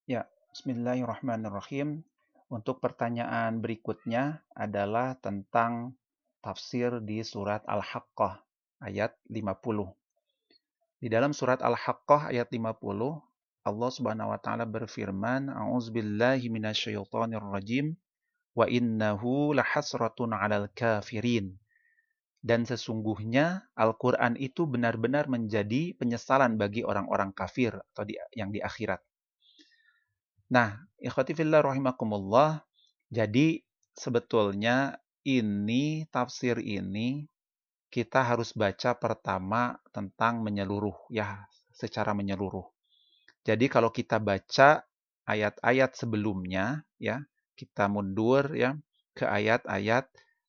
Ya, bismillahirrahmanirrahim. Untuk pertanyaan berikutnya adalah tentang tafsir di surat Al-Haqqah ayat 50. Di dalam surat Al-Haqqah ayat 50, Allah Subhanahu wa taala berfirman, "A'udzubillahi minasyaitonir rajim, wa innahu lahasratun 'alal kafirin." Dan sesungguhnya Al-Qur'an itu benar-benar menjadi penyesalan bagi orang-orang kafir atau yang di akhirat. Nah, ikhwati fillah rahimakumullah, jadi sebetulnya ini tafsir ini kita harus baca pertama tentang menyeluruh ya, secara menyeluruh. Jadi kalau kita baca ayat-ayat sebelumnya ya, kita mundur ya ke ayat-ayat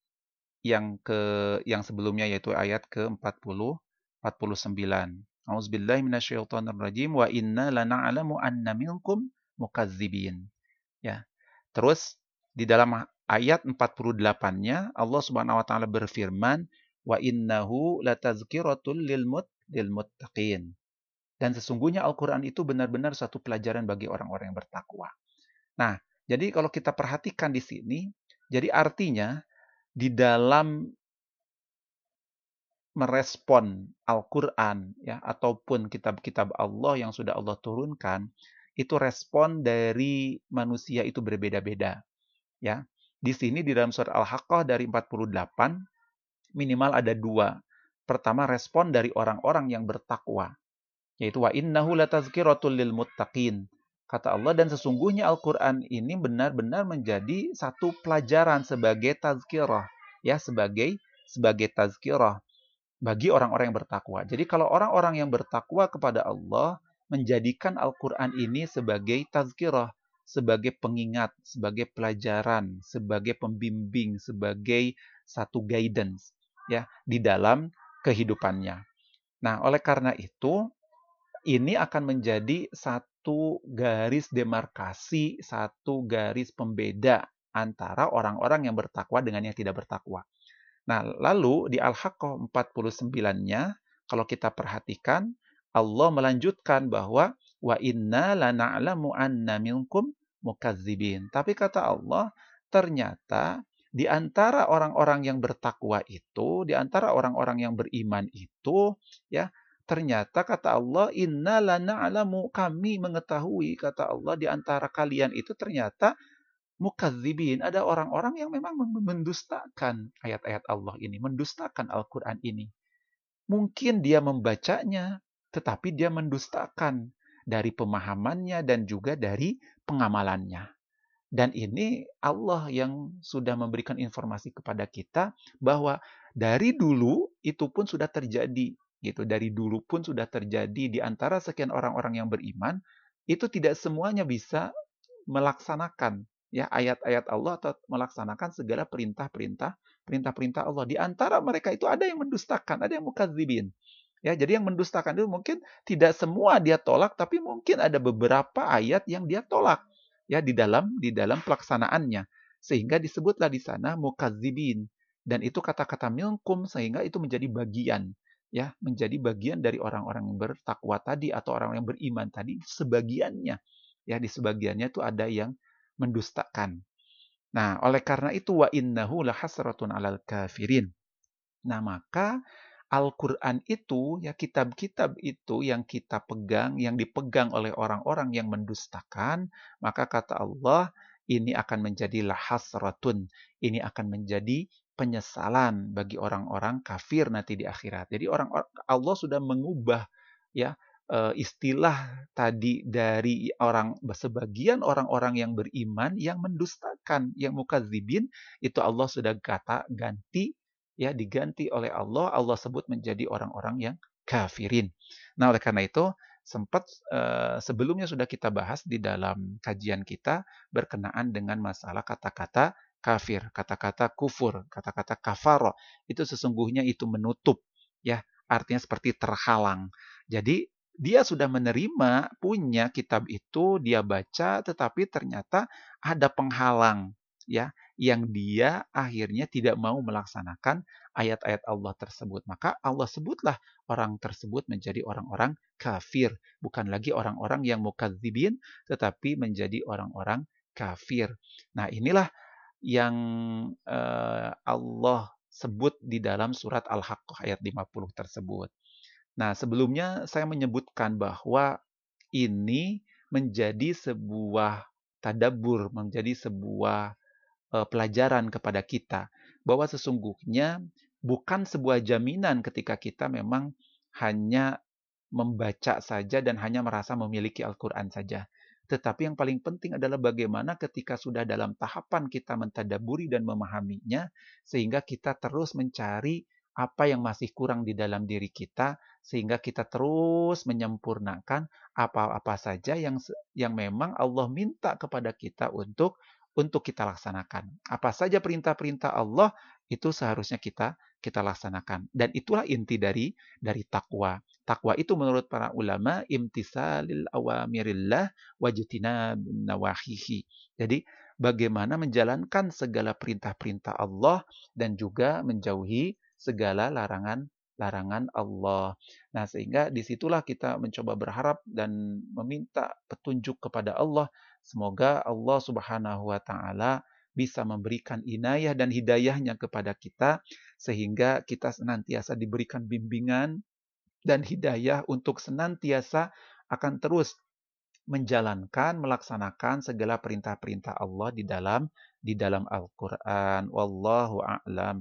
yang sebelumnya yaitu ayat ke-40 49. A'udzubillahi minasyaitonirrajim wa inna lana'lamu anna minkum mukazzibin. Ya. Terus di dalam ayat 48-nya Allah Subhanahu wa taala berfirman wa innahu latazkiratul lil muttaqin. Dan sesungguhnya Al-Qur'an itu benar-benar satu pelajaran bagi orang-orang yang bertakwa. Nah, jadi kalau kita perhatikan di sini, jadi artinya di dalam merespon Al-Qur'an ya ataupun kitab-kitab Allah yang sudah Allah turunkan, itu respon dari manusia itu berbeda-beda. Ya. Di sini di dalam surat Al-Haqqah dari 48 minimal ada dua. Pertama respon dari orang-orang yang bertakwa, yaitu wa innahu latazkiratul lil muttaqin. Kata Allah dan sesungguhnya Al-Qur'an ini benar-benar menjadi satu pelajaran sebagai tazkirah, ya sebagai tazkirah bagi orang-orang yang bertakwa. Jadi kalau orang-orang yang bertakwa kepada Allah menjadikan Al-Qur'an ini sebagai tazkirah, sebagai pengingat, sebagai pelajaran, sebagai pembimbing, sebagai satu guidance ya di dalam kehidupannya. Nah, oleh karena itu ini akan menjadi satu garis demarkasi, satu garis pembeda antara orang-orang yang bertakwa dengan yang tidak bertakwa. Nah, lalu di Al-Haqqah 49-nya, kalau kita perhatikan, Allah melanjutkan bahwa wa inna lana'lamu anna minkum mukazzibin. Tapi kata Allah, ternyata di antara orang-orang yang bertakwa itu, di antara orang-orang yang beriman itu, ya, ternyata kata Allah, inna lana'lamu, kami mengetahui, kata Allah, di antara kalian itu ternyata mukadzibin, ada orang-orang yang memang mendustakan ayat-ayat Allah ini, mendustakan Al-Quran ini. Mungkin dia membacanya, tetapi dia mendustakan dari pemahamannya dan juga dari pengamalannya. Dan ini Allah yang sudah memberikan informasi kepada kita bahwa dari dulu itu pun sudah terjadi gitu. Dari dulu pun sudah terjadi di antara sekian orang-orang yang beriman, itu tidak semuanya bisa melaksanakan ya ayat-ayat Allah atau melaksanakan segala perintah-perintah Allah. Di antara mereka itu ada yang mendustakan, ada yang mukadzibin. Ya, jadi yang mendustakan itu mungkin tidak semua dia tolak, tapi mungkin ada beberapa ayat yang dia tolak ya di dalam pelaksanaannya. Sehingga disebutlah di sana mukadzibin dan itu kata-kata milkum sehingga itu menjadi bagian ya, menjadi bagian dari orang-orang yang bertakwa tadi atau orang yang beriman tadi sebagiannya. Ya, di sebagiannya itu ada yang mendustakan. Nah, oleh karena itu wa innahu lahasratun 'alal kafirin. Nah, maka Al-Quran itu, ya kitab-kitab itu yang kita pegang, yang dipegang oleh orang-orang yang mendustakan, maka kata Allah, ini akan menjadi lahasratun. Ini akan menjadi penyesalan bagi orang-orang kafir nanti di akhirat. Jadi Allah sudah mengubah ya istilah tadi dari sebagian orang-orang yang beriman yang mendustakan, yang mukadzibin, itu Allah sudah ganti ya diganti oleh Allah, Allah sebut menjadi orang-orang yang kafirin. Nah, oleh karena itu sempat sebelumnya sudah kita bahas di dalam kajian kita berkenaan dengan masalah kata-kata kafir, kata-kata kufur, kata-kata kafaro. Itu sesungguhnya itu menutup ya, artinya seperti terhalang. Jadi dia sudah menerima punya kitab itu, dia baca tetapi ternyata ada penghalang ya yang dia akhirnya tidak mau melaksanakan ayat-ayat Allah tersebut. Maka Allah sebutlah orang tersebut menjadi orang-orang kafir. Bukan lagi orang-orang yang mukadzibin, tetapi menjadi orang-orang kafir. Nah, inilah yang Allah sebut di dalam surat Al-Haqqah ayat 50 tersebut. Nah, sebelumnya saya menyebutkan bahwa ini menjadi sebuah tadabbur, menjadi sebuah pelajaran kepada kita bahwa sesungguhnya bukan sebuah jaminan ketika kita memang hanya membaca saja dan hanya merasa memiliki Al-Quran saja. Tetapi yang paling penting adalah bagaimana ketika sudah dalam tahapan kita mentadaburi dan memahaminya, sehingga kita terus mencari apa yang masih kurang di dalam diri kita, sehingga kita terus menyempurnakan apa-apa saja yang memang Allah minta kepada kita untuk kita laksanakan. Apa saja perintah-perintah Allah itu seharusnya kita laksanakan. Dan itulah inti dari takwa. Takwa itu menurut para ulama imtisalil awamirillah wajtinabun nawahihi. Jadi bagaimana menjalankan segala perintah-perintah Allah dan juga menjauhi segala larangan Allah. Nah, sehingga disitulah kita mencoba berharap dan meminta petunjuk kepada Allah. Semoga Allah Subhanahu wa Ta'ala bisa memberikan inayah dan hidayahnya kepada kita, sehingga kita senantiasa diberikan bimbingan dan hidayah untuk senantiasa akan terus menjalankan, melaksanakan segala perintah-perintah Allah di dalam Al-Quran. Wallahu a'lam.